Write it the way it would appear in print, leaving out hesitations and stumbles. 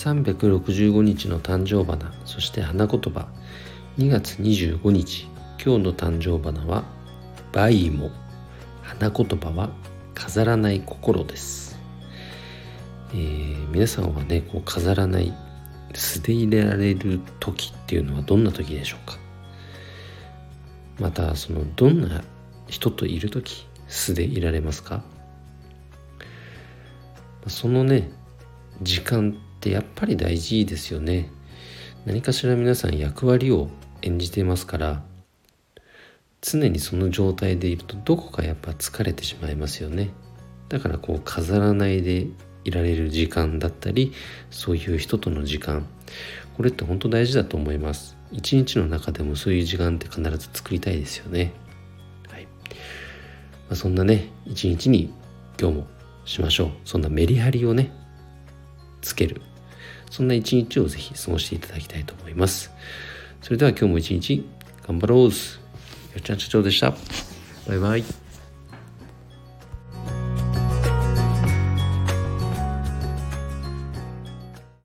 365日の誕生花、そして花言葉。2月25日、今日の誕生花はバイモ、花言葉は飾らない心です。皆さんはね、飾らない素で入れられる時っていうのはどんな時でしょうか。またどんな人といる時素でいられますか。そのね時間ってやっぱり大事ですよね。何かしら皆さん役割を演じていますから、常にその状態でいるとどこかやっぱ疲れてしまいますよね。だから飾らないでいられる時間だったり、そういう人との時間、これって本当大事だと思います。一日の中でもそういう時間って必ず作りたいですよね。はい。そんなね一日に今日もしましょう。そんなメリハリをねつける、そんな一日をぜひ過ごしていただきたいと思います。それでは今日も一日頑張ろう。よっちゃん社長でした。バイバイ。